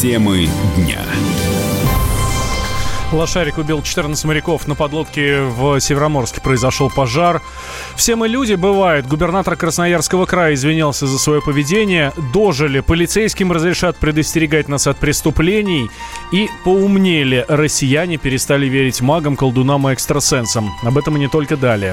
Темы дня. Лошарик убил 14 моряков. На подлодке в Североморске произошел пожар. Все мы люди, бывает. Губернатор Красноярского края извинялся за свое поведение. Дожили. Полицейским разрешат предостерегать нас от преступлений. И поумнели. Россияне перестали верить магам, колдунам и экстрасенсам. Об этом и не только далее.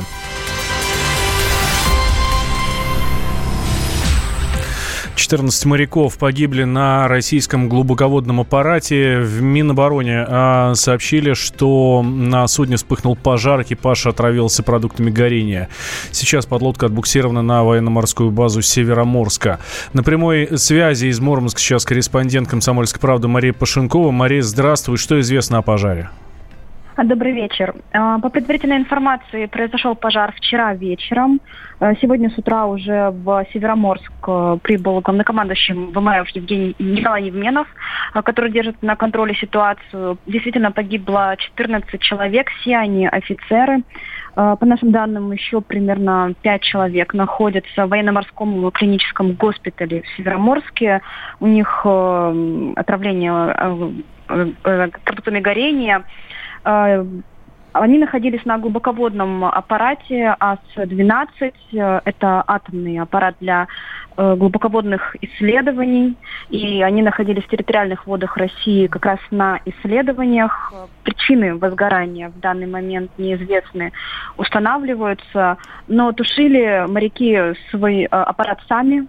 14 моряков погибли на российском глубоководном аппарате. В Минобороне сообщили, что на судне вспыхнул пожар, экипаж отравился продуктами горения. Сейчас подлодка отбуксирована на военно-морскую базу Североморска. На прямой связи из Мурманска сейчас корреспондент «Комсомольской правды» Мария Пашенкова. Мария, здравствуй. Что известно о пожаре? Добрый вечер. По предварительной информации, произошел пожар вчера вечером. Сегодня с утра уже в Североморск прибыл главнокомандующий ВМФ Николай Евменов, который держит на контроле ситуацию. Действительно погибло 14 человек, все они офицеры. По нашим данным, еще примерно 5 человек находятся в военно-морском клиническом госпитале в Североморске. У них отравление продуктами горения. Они находились на глубоководном аппарате АС-12. Это атомный аппарат для глубоководных исследований. И они находились в территориальных водах России как раз на исследованиях. Причины возгорания в данный момент неизвестны, устанавливаются. Но тушили моряки свой аппарат сами.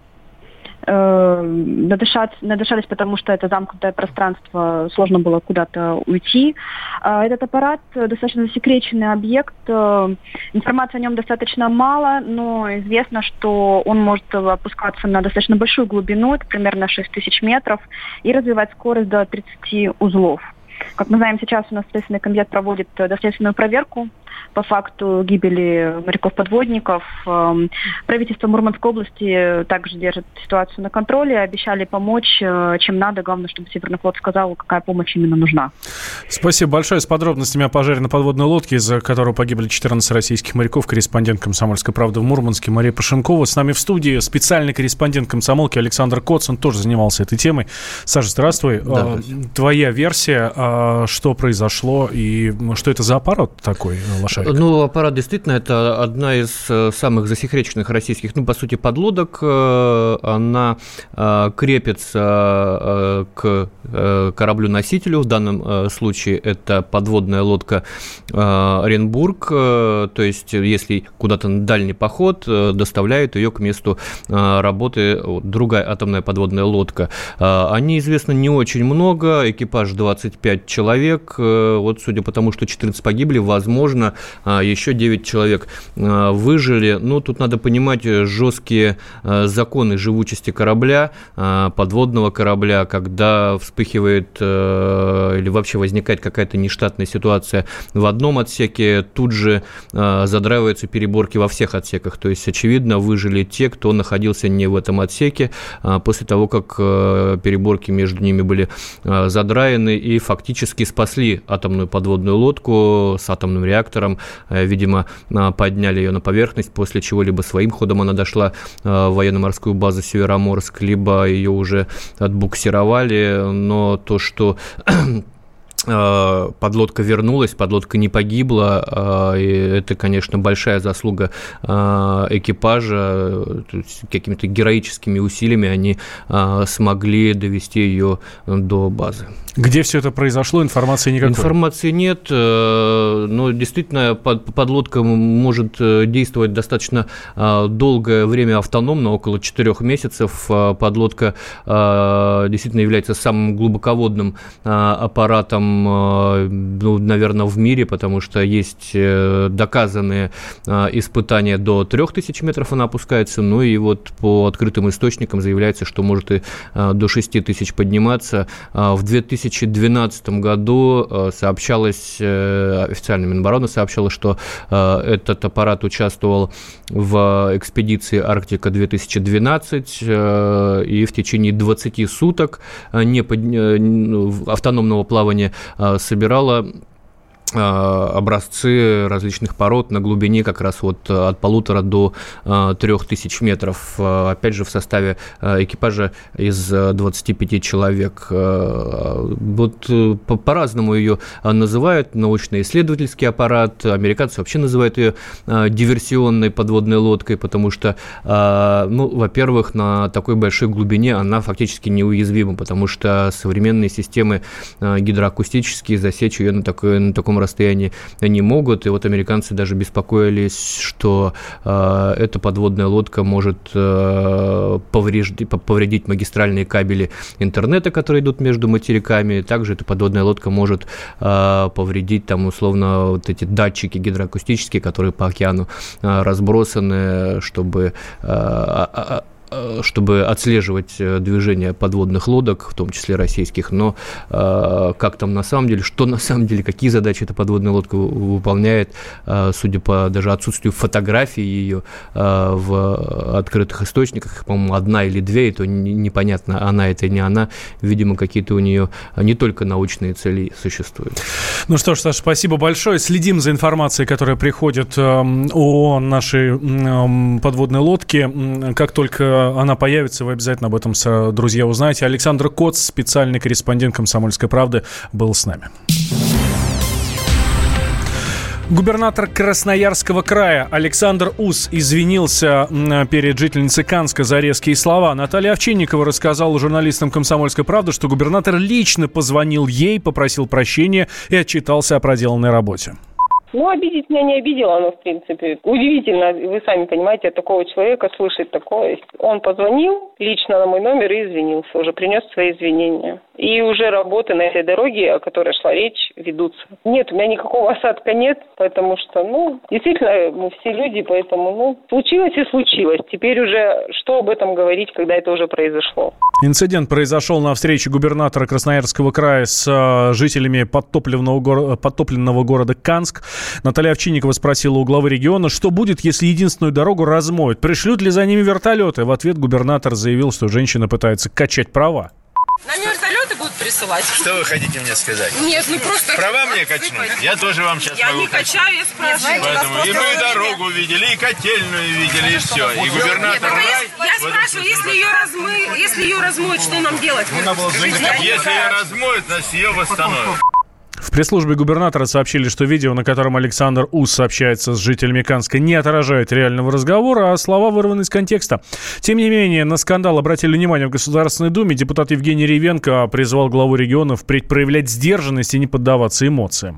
Надышались, потому что это замкнутое пространство, сложно было куда-то уйти. Этот аппарат достаточно засекреченный объект, информации о нем достаточно мало, но известно, что он может опускаться на достаточно большую глубину, это примерно 6000 метров, и развивать скорость до 30 узлов. Как мы знаем, сейчас у нас Следственный комитет проводит доследственную проверку по факту гибели моряков-подводников. Правительство Мурманской области также держит ситуацию на контроле, обещали помочь, чем надо. Главное, чтобы Северный флот сказал, какая помощь именно нужна. Спасибо большое. С подробностями о пожаре на подводной лодке, из-за которого погибли 14 российских моряков, корреспондент «Комсомольской правды» в Мурманске Мария Пашенкова. С нами в студии специальный корреспондент «Комсомолки» Александр Коц. Он тоже занимался этой темой. Саша, здравствуй. Да. Твоя версия, что произошло и что это за аппарат такой, лошарик? Ну, аппарат действительно, это одна из самых засекреченных российских, по сути, подлодок. Она крепится к кораблю-носителю. В данном случае это подводная лодка «Оренбург». То есть, если куда-то на дальний поход, доставляют ее к месту работы другая атомная подводная лодка. О ней известно не очень много. Экипаж 25 человек. Вот, судя по тому, что 14 погибли, возможно, еще 9 человек выжили. Но тут надо понимать жесткие законы живучести корабля, подводного корабля, когда вспыхивает или вообще возникает какая-то нештатная ситуация в одном отсеке, тут же задраиваются переборки во всех отсеках. То есть, очевидно, выжили те, кто находился не в этом отсеке, после того, как переборки между ними были задраены и фактически спасли атомную подводную лодку с атомным реактором. Видимо, подняли ее на поверхность, после чего либо своим ходом она дошла в военно-морскую базу Североморск, либо ее уже отбуксировали. Но то, что подлодка вернулась, подлодка не погибла, и это, конечно, большая заслуга экипажа. Какими-то героическими усилиями они смогли довести ее до базы. Где все это произошло, информации никакой? Информации нет, но действительно подлодка может действовать достаточно долгое время автономно, около 4 месяцев. Подлодка действительно является самым глубоководным аппаратом, наверное, в мире, потому что есть доказанные испытания до 3000 метров она опускается, ну и вот по открытым источникам заявляется, что может и до 6000 подниматься. В 2012 году сообщалось, официально Минобороны сообщало, что этот аппарат участвовал в экспедиции «Арктика-2012» и в течение 20 суток автономного плавания собирала образцы различных пород на глубине как раз вот от 1500 до 3000 метров. Опять же, в составе экипажа из 25 человек. Вот по-разному ее называют. Научно-исследовательский аппарат. Американцы вообще называют ее диверсионной подводной лодкой, потому что, во-первых, на такой большой глубине она фактически неуязвима, потому что современные системы гидроакустические засечь ее на таком расстоянии не могут. И вот американцы даже беспокоились, что эта подводная лодка может повредить магистральные кабели интернета, которые идут между материками. Также эта подводная лодка может повредить там условно вот эти датчики гидроакустические, которые по океану разбросаны, чтобы отслеживать движение подводных лодок, в том числе российских, но как там на самом деле, что на самом деле, какие задачи эта подводная лодка выполняет, судя по даже отсутствию фотографий ее в открытых источниках, по-моему, одна или две, и то непонятно, она это или не она, видимо, какие-то у нее не только научные цели существуют. Ну что ж, Саша, спасибо большое. Следим за информацией, которая приходит о нашей подводной лодке. Как только она появится, вы обязательно об этом, друзья, узнаете. Александр Коц, специальный корреспондент «Комсомольской правды», был с нами. Губернатор Красноярского края Александр Ус извинился перед жительницей Канска за резкие слова. Наталья Овчинникова рассказала журналистам «Комсомольской правды», что губернатор лично позвонил ей, попросил прощения и отчитался о проделанной работе. Обидеть меня не обидела она, в принципе. Удивительно, вы сами понимаете, от такого человека слышать такое. Он позвонил лично на мой номер и извинился, уже принес свои извинения. И уже работы на этой дороге, о которой шла речь, ведутся. Нет, у меня никакого осадка нет, потому что, действительно, мы все люди, поэтому, случилось и случилось. Теперь уже что об этом говорить, когда это уже произошло? Инцидент произошел на встрече губернатора Красноярского края с жителями подтопленного города Канск. Наталья Овчинникова спросила у главы региона, что будет, если единственную дорогу размоют. Пришлют ли за ними вертолеты? В ответ губернатор заявил, что женщина пытается качать права. Нам вертолеты будут присылать. Что вы хотите мне сказать? Нет, просто... Права мне качнуть? Я тоже вам сейчас могу качать. Я не качаю, я спрашиваю. Поэтому и мы дорогу видели, и котельную видели, и все. И губернатор... Я спрашиваю, если ее размоют, что нам делать? Если ее размоют, значит ее восстановят. В пресс-службе губернатора сообщили, что видео, на котором Александр Ус общается с жителями Канска, не отражает реального разговора, а слова вырваны из контекста. Тем не менее, на скандал обратили внимание в Государственной Думе. Депутат Евгений Ревенко призвал главу региона впредь проявлять сдержанность и не поддаваться эмоциям.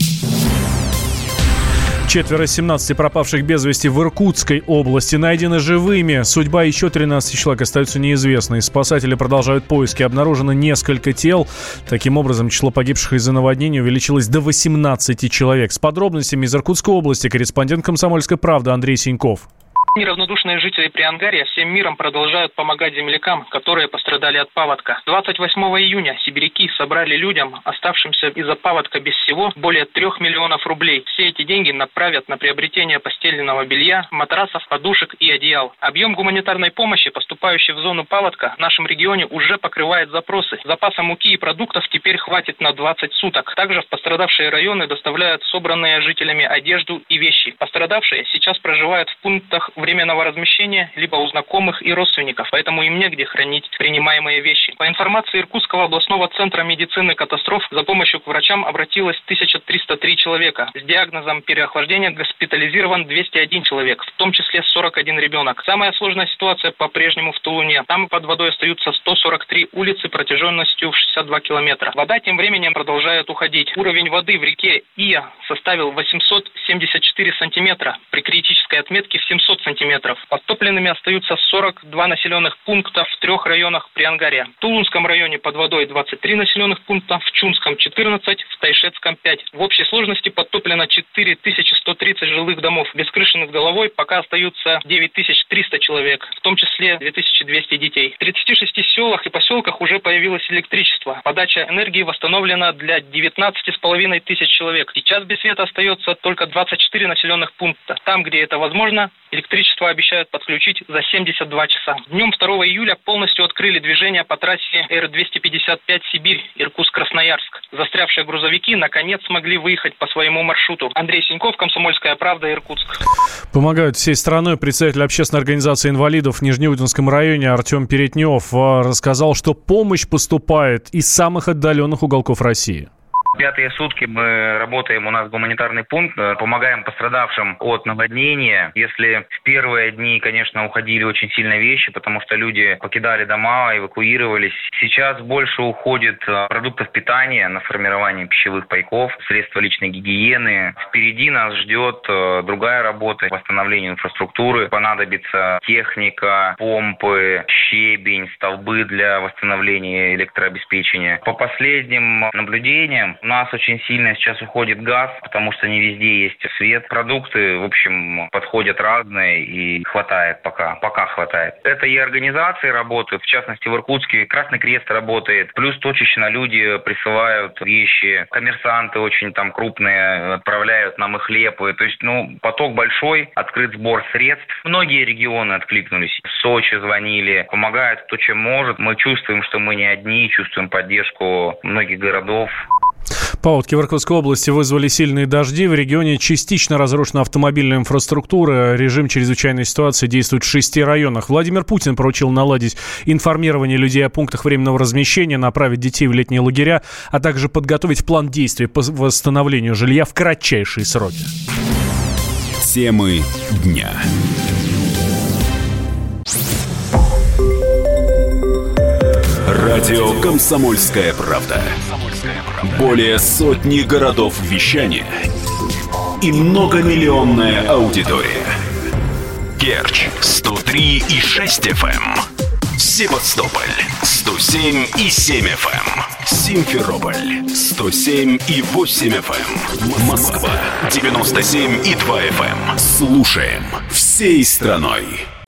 4 из 17 пропавших без вести в Иркутской области найдены живыми. Судьба еще 13 человек остается неизвестной. Спасатели продолжают поиски. Обнаружено несколько тел. Таким образом, число погибших из-за наводнения увеличилось до 18 человек. С подробностями из Иркутской области корреспондент «Комсомольской правды» Андрей Синьков. Неравнодушные жители Приангарья всем миром продолжают помогать землякам, которые пострадали от паводка. 28 июня сибиряки собрали людям, оставшимся из-за паводка без всего, более 3 миллионов рублей. Все эти деньги направят на приобретение постельного белья, матрасов, подушек и одеял. Объем гуманитарной помощи, поступающей в зону паводка, в нашем регионе уже покрывает запросы. Запаса муки и продуктов теперь хватит на 20 суток. Также в пострадавшие районы доставляют собранные жителями одежду и вещи. Пострадавшие сейчас проживают в пунктах временного размещения, либо у знакомых и родственников, поэтому им негде хранить принимаемые вещи. По информации Иркутского областного центра медицины катастроф, за помощью к врачам обратилось 1303 человека. С диагнозом переохлаждения госпитализирован 201 человек, в том числе 41 ребенок. Самая сложная ситуация по-прежнему в Тулуне. Там под водой остаются 143 улицы протяженностью в 62 километра. Вода тем временем продолжает уходить. Уровень воды в реке Ия составил 874 сантиметра, при критической отметке в 700 сантиметров. Подтопленными остаются 42 населенных пункта в 3 районах Приангарья. В Тулунском районе под водой 23 населенных пункта, в Чунском 14, в Тайшетском 5. В общей сложности подтоплено 4130 жилых домов. Без крыши над головой пока остаются 9300 человек, в том числе 2200 детей. В 36 селах и поселках уже появилось электричество. Подача энергии восстановлена для 19,5 тысяч человек. Сейчас без света остается только 24 населенных пункта. Там, где это возможно, электричество электричество обещают подключить за 72 часа. Днем 2 июля полностью открыли движение по трассе Р-255 Сибирь, Иркутск-Красноярск. Застрявшие грузовики наконец смогли выехать по своему маршруту. Андрей Синьков, «Комсомольская правда», Иркутск. Помогают всей страной. Представитель общественной организации инвалидов в Нижнеудинском районе Артем Перетнев рассказал, что помощь поступает из самых отдаленных уголков России. Пятые сутки мы работаем, у нас гуманитарный пункт, помогаем пострадавшим от наводнения. Если в первые дни, конечно, уходили очень сильно вещи, потому что люди покидали дома, эвакуировались. Сейчас больше уходит продуктов питания на формирование пищевых пайков, средства личной гигиены. Впереди нас ждет другая работа, восстановление инфраструктуры. Понадобится техника, помпы, щебень, столбы для восстановления электрообеспечения. По последним наблюдениям, у нас очень сильно сейчас уходит газ, потому что не везде есть свет. Продукты, в общем, подходят разные и хватает пока хватает. Это и организации работают, в частности в Иркутске Красный Крест работает, плюс точечно люди присылают вещи, коммерсанты очень там крупные отправляют нам и хлеб. То есть, поток большой, открыт сбор средств. Многие регионы откликнулись. В Сочи звонили, помогают кто чем может. Мы чувствуем, что мы не одни, чувствуем поддержку многих городов. Паводки в Иркутской области вызвали сильные дожди. В регионе частично разрушена автомобильная инфраструктура. Режим чрезвычайной ситуации действует в 6 районах. Владимир Путин поручил наладить информирование людей о пунктах временного размещения, направить детей в летние лагеря, а также подготовить план действий по восстановлению жилья в кратчайшие сроки. Темы дня. Радио «Комсомольская правда». Более сотни городов вещания и многомиллионная аудитория. Керчь 103,6 FM, Севастополь 107,7 FM, Симферополь 107,8 FM, Москва 97,2 FM. Слушаем всей страной.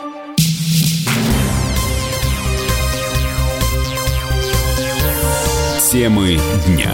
Темы дня.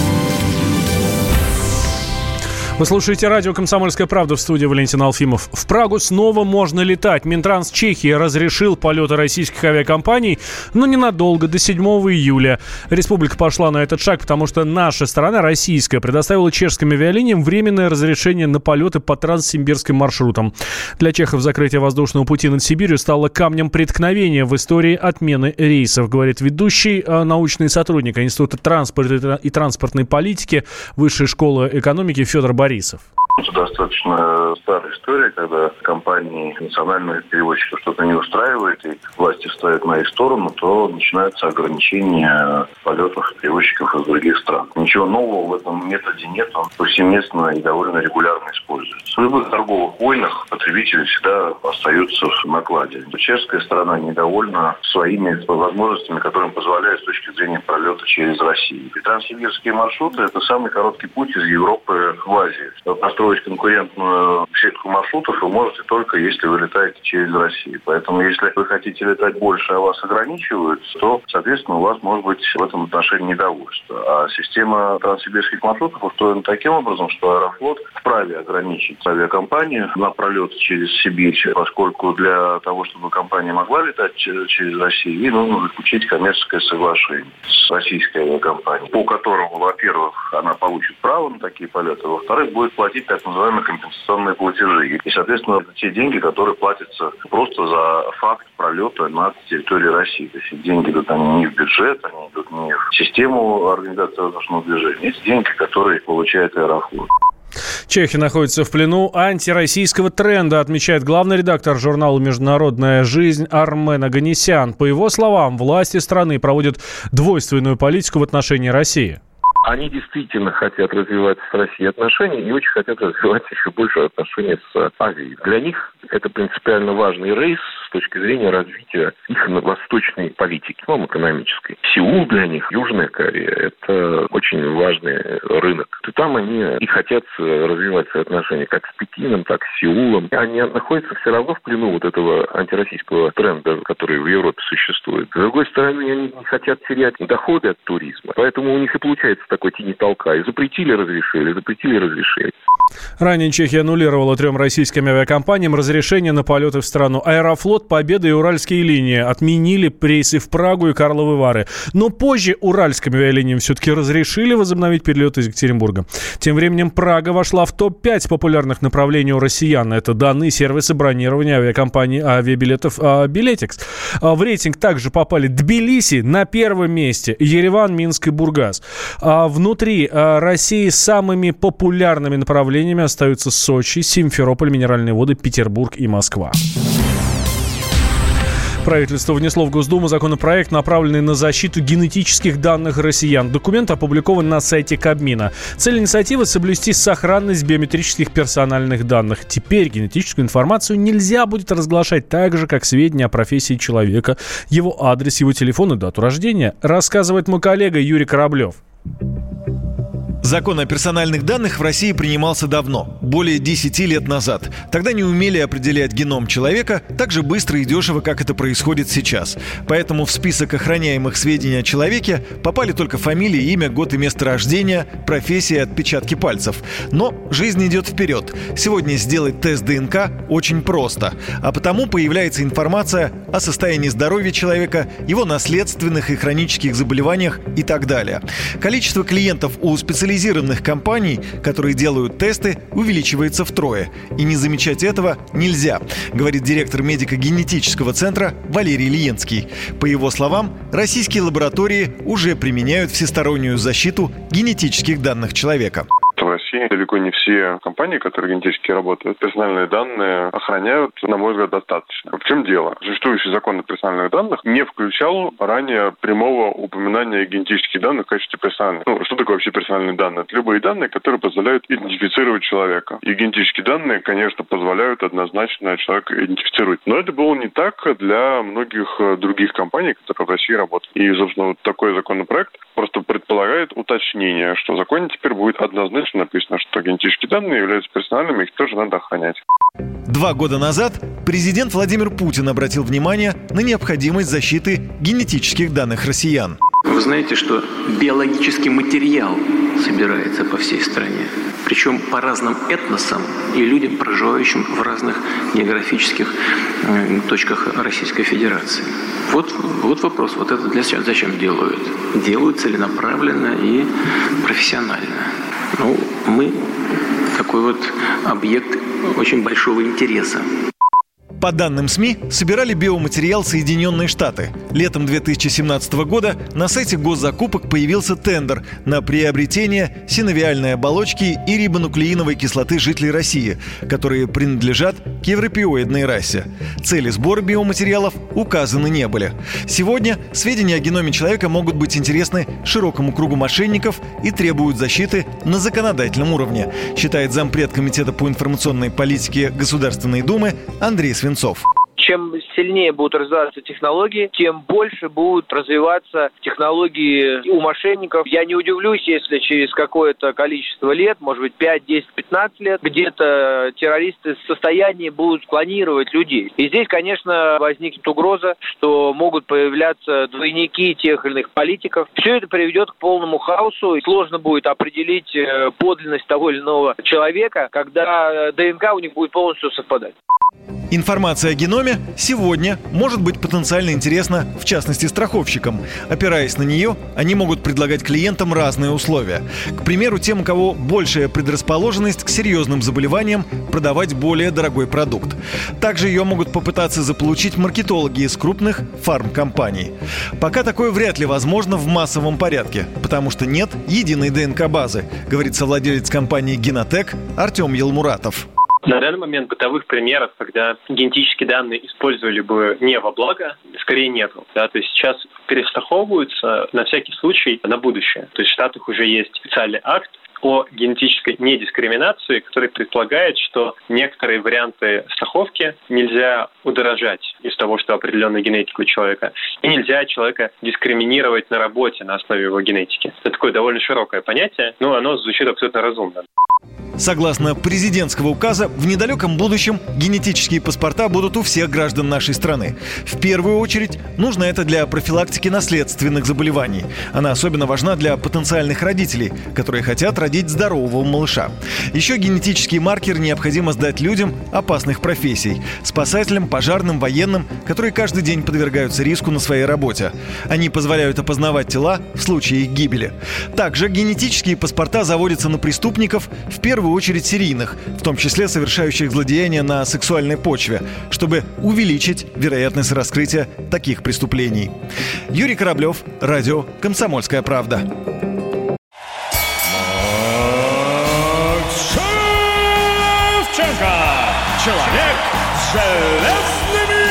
Вы слушаете радио «Комсомольская правда», в студии Валентин Алфимов. В Прагу снова можно летать. Минтранс Чехии разрешил полеты российских авиакомпаний, но ненадолго, до 7 июля. Республика пошла на этот шаг, потому что наша сторона, российская, предоставила чешским авиалиниям временное разрешение на полеты по транссибирским маршрутам. Для чехов закрытие воздушного пути над Сибирью стало камнем преткновения в истории отмены рейсов, говорит ведущий научный сотрудник Института транспорта и транспортной политики Высшей школы экономики Федор Борисов. Это достаточно старая история, когда компании национальных перевозчиков что-то не устраивает, и власти встают на их сторону, то начинаются ограничения полетов перевозчиков из других стран. Ничего нового в этом методе нет, он повсеместно и довольно регулярно используется. В любых торговых войнах потребители всегда остаются в накладе. Чешская сторона недовольна своими возможностями, которые им позволяют с точки зрения пролета через Россию. И транссибирские маршруты – это самый короткий путь из Европы в Азию. Построить конкурентную сетку маршрутов вы можете только если вы летаете через Россию. Поэтому если вы хотите летать больше, а вас ограничивают, то, соответственно, у вас может быть в этом отношении недовольство. А система транссибирских маршрутов устроена таким образом, что Аэрофлот вправе ограничить авиакомпанию на пролет через Сибирь, поскольку для того, чтобы компания могла летать через Россию, ей нужно заключить коммерческое соглашение с российской авиакомпанией, по которому, во-первых, она получит право на такие полеты, во-вторых, будет платить так называемые компенсационные платежи. И, соответственно, это те деньги, которые платятся просто за факт пролета над территорией России. То есть деньги идут они не в бюджет, они идут не в систему организации воздушного движения. Эти деньги, которые получает Аэрофлот. Чехия находится в плену антироссийского тренда, отмечает главный редактор журнала «Международная жизнь» Армен Оганесян. По его словам, власти страны проводят двойственную политику в отношении России. Они действительно хотят развивать с Россией отношения и очень хотят развивать еще больше отношения с Азией. Для них это принципиально важный рейс с точки зрения развития их восточной политики, экономической. Сеул для них, Южная Корея, это очень важный рынок. И там они и хотят развивать свои отношения как с Пекином, так и с Сеулом. Они находятся все равно в плену вот этого антироссийского тренда, который в Европе существует. С другой стороны, они не хотят терять доходы от туризма. Поэтому у них и получается такой тяни-толка. И запретили, разрешили. Ранее Чехия аннулировала 3 российским авиакомпаниям разрешение на полеты в страну. Аэрофлот, Победа и Уральские линии отменили рейсы в Прагу и Карловы Вары. Но позже уральским авиалиниям все-таки разрешили возобновить перелеты из Екатеринбурга. Тем временем Прага вошла в топ-5 популярных направлений у россиян. Это данные сервисы бронирования авиакомпании авиабилетов Билетикс. В рейтинг также попали Тбилиси на 1-м месте, Ереван, Минск и Бургас. Внутри России самыми популярными направлениями остаются Сочи, Симферополь, Минеральные воды, Петербург и Москва. Правительство внесло в Госдуму законопроект, направленный на защиту генетических данных россиян. Документ опубликован на сайте Кабмина. Цель инициативы – соблюсти сохранность биометрических персональных данных. Теперь генетическую информацию нельзя будет разглашать так же, как сведения о профессии человека, его адрес, его телефон и дату рождения, рассказывает мой коллега Юрий Кораблев. Закон о персональных данных в России принимался давно, более 10 лет назад. Тогда не умели определять геном человека так же быстро и дешево, как это происходит сейчас. Поэтому в список охраняемых сведений о человеке попали только фамилия, имя, год и место рождения, профессия и отпечатки пальцев. Но жизнь идет вперед. Сегодня сделать тест ДНК очень просто. А потому появляется информация о состоянии здоровья человека, его наследственных и хронических заболеваниях и так далее. Количество клиентов у специалистов компаний, которые делают тесты, увеличивается втрое. И не замечать этого нельзя, говорит директор медико-генетического центра Валерий Лиенский. По его словам, российские лаборатории уже применяют всестороннюю защиту генетических данных человека. В России далеко не все компании, которые генетически работают, персональные данные охраняют, на мой взгляд, достаточно. В чем дело? Существующий закон о персональных данных не включал ранее прямого упоминания генетических данных в качестве персональных. Что такое вообще персональные данные? Это любые данные, которые позволяют идентифицировать человека. И генетические данные, конечно, позволяют однозначно человека идентифицировать. Но это было не так для многих других компаний, которые в России работают. И, собственно, вот такой законопроект просто предполагает уточнение, что в законе теперь будет однозначно написано, что генетические данные являются персональными, их тоже надо охранять. 2 года назад президент Владимир Путин обратил внимание на необходимость защиты генетических данных россиян. Вы знаете, что биологический материал собирается по всей стране. Причем по разным этносам и людям, проживающим в разных географических точках Российской Федерации. Вот вопрос. Вот это зачем делают? Делают целенаправленно и профессионально. Мы такой вот объект очень большого интереса. По данным СМИ, собирали биоматериал Соединенные Штаты. Летом 2017 года на сайте госзакупок появился тендер на приобретение синовиальной оболочки и рибонуклеиновой кислоты жителей России, которые принадлежат к европеоидной расе. Цели сбора биоматериалов указаны не были. Сегодня сведения о геноме человека могут быть интересны широкому кругу мошенников и требуют защиты на законодательном уровне, считает зампред Комитета по информационной политике Государственной Думы Андрей Свинцов. Чем сильнее будут развиваться технологии, тем больше будут развиваться технологии у мошенников. Я не удивлюсь, если через какое-то количество лет, может быть 5, 10, 15 лет, где-то террористы в состоянии будут клонировать людей. И здесь, конечно, возникнет угроза, что могут появляться двойники тех или иных политиков. Все это приведет к полному хаосу, и сложно будет определить подлинность того или иного человека, когда ДНК у них будет полностью совпадать. Информация о геноме сегодня может быть потенциально интересна, в частности, страховщикам. Опираясь на нее, они могут предлагать клиентам разные условия. К примеру, тем, у кого большая предрасположенность к серьезным заболеваниям, продавать более дорогой продукт. Также ее могут попытаться заполучить маркетологи из крупных фармкомпаний. Пока такое вряд ли возможно в массовом порядке, потому что нет единой ДНК-базы, говорит совладелец компании «Генотек» Артем Елмуратов. На данный момент бытовых примеров, когда генетические данные использовали бы не во благо, скорее нету. То есть сейчас перестраховываются на всякий случай на будущее. То есть в Штатах уже есть специальный акт о генетической недискриминации, который предполагает, что некоторые варианты страховки нельзя удорожать. из того, что определенная генетика у человека. И нельзя человека дискриминировать на работе на основе его генетики. Это такое довольно широкое понятие, но оно звучит абсолютно разумно. Согласно президентского указа, в недалеком будущем генетические паспорта будут у всех граждан нашей страны. В первую очередь, нужно это для профилактики наследственных заболеваний. Она особенно важна для потенциальных родителей, которые хотят родить здорового малыша. Еще генетический маркер необходимо сдать людям опасных профессий – спасателям, пожарным, военным, которые каждый день подвергаются риску на своей работе. Они позволяют опознавать тела в случае их гибели. Также генетические паспорта заводятся на преступников, в первую очередь серийных, в том числе совершающих злодеяния на сексуальной почве, чтобы увеличить вероятность раскрытия таких преступлений. Юрий Кораблев, радио «Комсомольская правда». Человек с железными...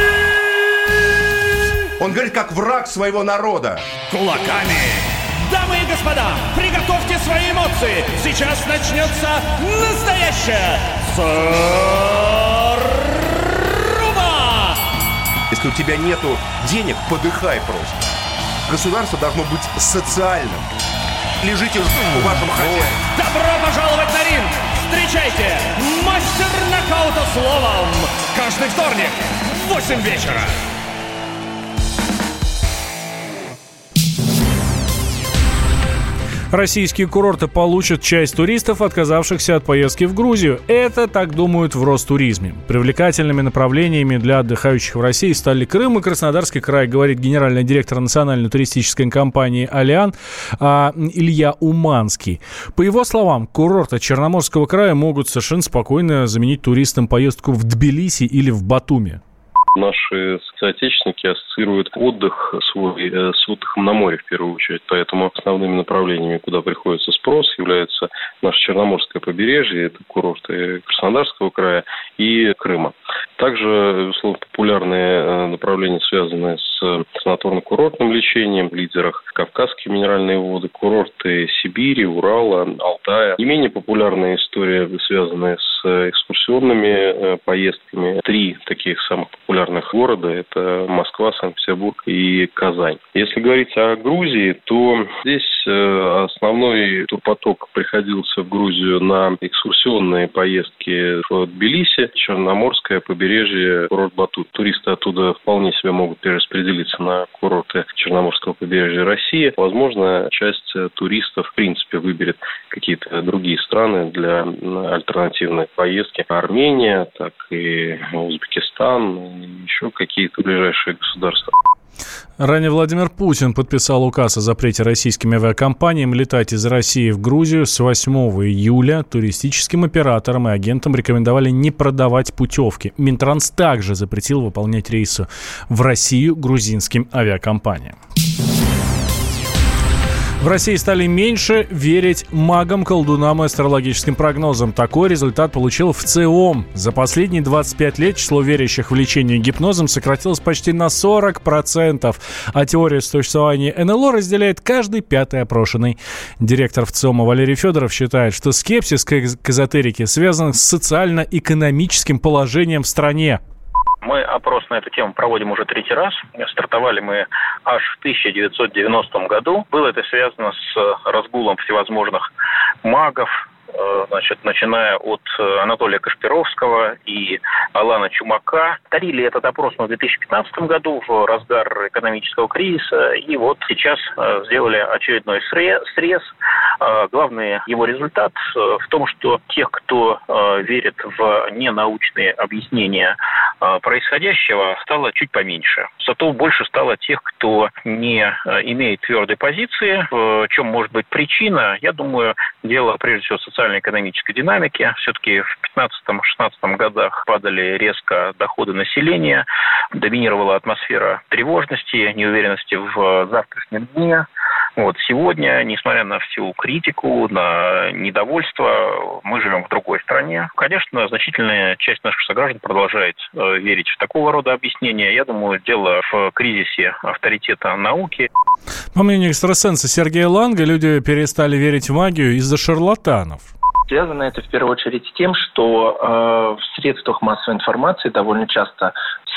Он говорит, как враг своего народа. Кулаками. Дамы и господа, приготовьте свои эмоции. Сейчас начнется настоящая заруба. Если у тебя нету денег, подыхай просто. Государство должно быть социальным. Лежите в вашем хозяине. Добро пожаловать на ринг! Встречайте, мастер нокаута словом. Каждый вторник в 8 вечера. Российские курорты получат часть туристов, отказавшихся от поездки в Грузию. Это так думают в Ростуризме. Привлекательными направлениями для отдыхающих в России стали Крым и Краснодарский край, говорит генеральный директор национальной туристической компании «Алиан» Илья Уманский. По его словам, курорты Черноморского края могут совершенно спокойно заменить туристам поездку в Тбилиси или в Батуми. Наши соотечественники ассоциируют отдых свой с отдыхом на море в первую очередь. Поэтому основными направлениями, куда приходится спрос, являются наше Черноморское побережье, это курорты Краснодарского края и Крыма. Также, безусловно, популярные направления, связанные с санаторно-курортным лечением, в лидерах Кавказские минеральные воды, курорты Сибири, Урала, Алтая. Не менее популярная история, связанная с экскурсионными поездками. 3 таких самых популярных города – это Москва, Санкт-Петербург и Казань. Если говорить о Грузии, то здесь основной турпоток приходился в Грузию на экскурсионные поездки в Тбилиси, Черноморское побережье, курорт Батут. Туристы оттуда вполне себе могут перераспределиться на курорты Черноморского побережья России. Возможно, часть туристов в принципе выберет какие-то другие страны для альтернативной поездки. Армения, так и Узбекистан, и еще какие-то ближайшие государства. Ранее Владимир Путин подписал указ о запрете российским авиакомпаниям летать из России в Грузию с 8 июля. Туристическим операторам и агентам рекомендовали не продавать путевки. Минтранс также запретил выполнять рейсы в Россию грузинским авиакомпаниям. В России стали меньше верить магам, колдунам и астрологическим прогнозам. Такой результат получил ВЦИОМ. За последние 25 лет число верящих в лечение гипнозом сократилось почти на 40%. А теорию существования НЛО разделяет каждый 5-й опрошенный. Директор ВЦИОМа Валерий Федоров считает, что скепсис к эзотерике связан с социально-экономическим положением в стране. Мы опрос на эту тему проводим уже 3-й раз. Стартовали мы аж в 1990 году. Было это связано с разгулом всевозможных магов, начиная от Анатолия Кашпировского и Алана Чумака. Повторили этот опрос в 2015 году, в разгар экономического кризиса. И вот сейчас сделали очередной срез. Главный его результат в том, что тех, кто верит в ненаучные объяснения происходящего, стало чуть поменьше. Зато больше стало тех, кто не имеет твердой позиции. В чем может быть причина? Я думаю, дело прежде всего в социально-экономической динамике. Все-таки в 2015-2016 годах падали резко доходы населения, доминировала атмосфера тревожности, неуверенности в завтрашнем дне. Вот сегодня, несмотря на всю критику, на недовольство, мы живем в другой стране. Конечно, значительная часть наших сограждан продолжает верить в такого рода объяснения. Я думаю, дело в кризисе авторитета науки. По мнению экстрасенса Сергея Ланга, люди перестали верить в магию из-за шарлатанов. Связано это в первую очередь с тем, что в средствах массовой информации довольно часто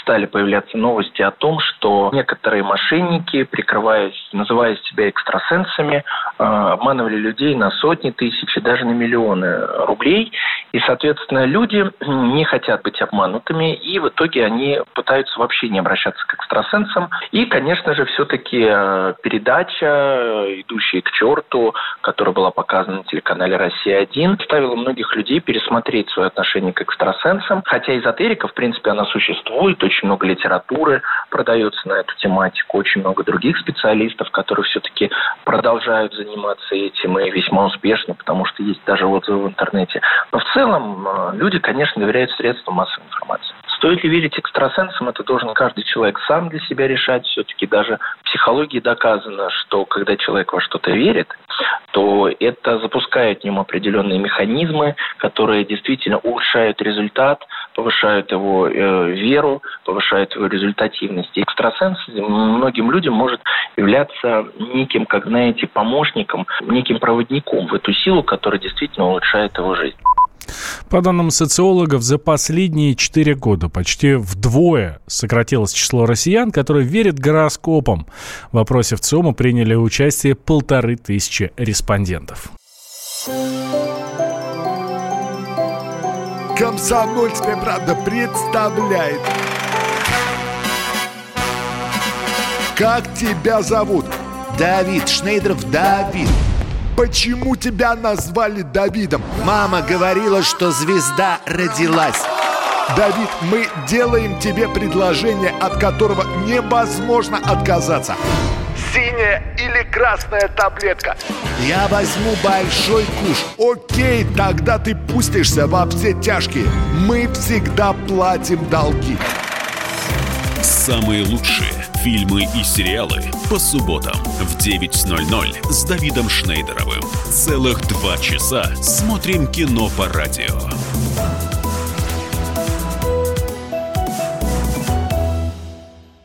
стали появляться новости о том, что некоторые мошенники, прикрываясь, называя себя экстрасенсами, обманывали людей на сотни тысяч и даже на миллионы рублей. И, соответственно, люди не хотят быть обманутыми, и в итоге они пытаются вообще не обращаться к экстрасенсам. И, конечно же, все-таки передача, идущая к черту, которая была показана на телеканале «Россия-1», заставила многих людей пересмотреть свое отношение к экстрасенсам. Хотя эзотерика, в принципе, она существует, очень много литературы продается на эту тематику, очень много других специалистов, которые все-таки продолжают заниматься этим и весьма успешно, потому что есть даже отзывы в интернете. Но в целом люди, конечно, доверяют средствам массовой информации. Стоит ли верить экстрасенсам, это должен каждый человек сам для себя решать. Все-таки даже в психологии доказано, что когда человек во что-то верит, то это запускает в нем определенные механизмы, которые действительно улучшают результат, повышают его веру, повышают его результативность. И экстрасенс многим людям может являться неким, как знаете, помощником, неким проводником в эту силу, которая действительно улучшает его жизнь. По данным социологов, за последние 4 года почти вдвое сократилось число россиян, которые верят гороскопам. В опросе ВЦИОМа приняли участие 1500 респондентов. «Комсомольская правда» представляет. Как тебя зовут? Давид Шнейдров Давид. Почему тебя назвали Давидом? Мама говорила, что звезда родилась. Давид, мы делаем тебе предложение, от которого невозможно отказаться. Синяя или красная таблетка? Я возьму большой куш. Окей, тогда ты пустишься во все тяжкие. Мы всегда платим долги. Самые лучшие фильмы и сериалы по субботам в 9:00 с Давидом Шнейдеровым. Целых 2 часа смотрим кино по радио.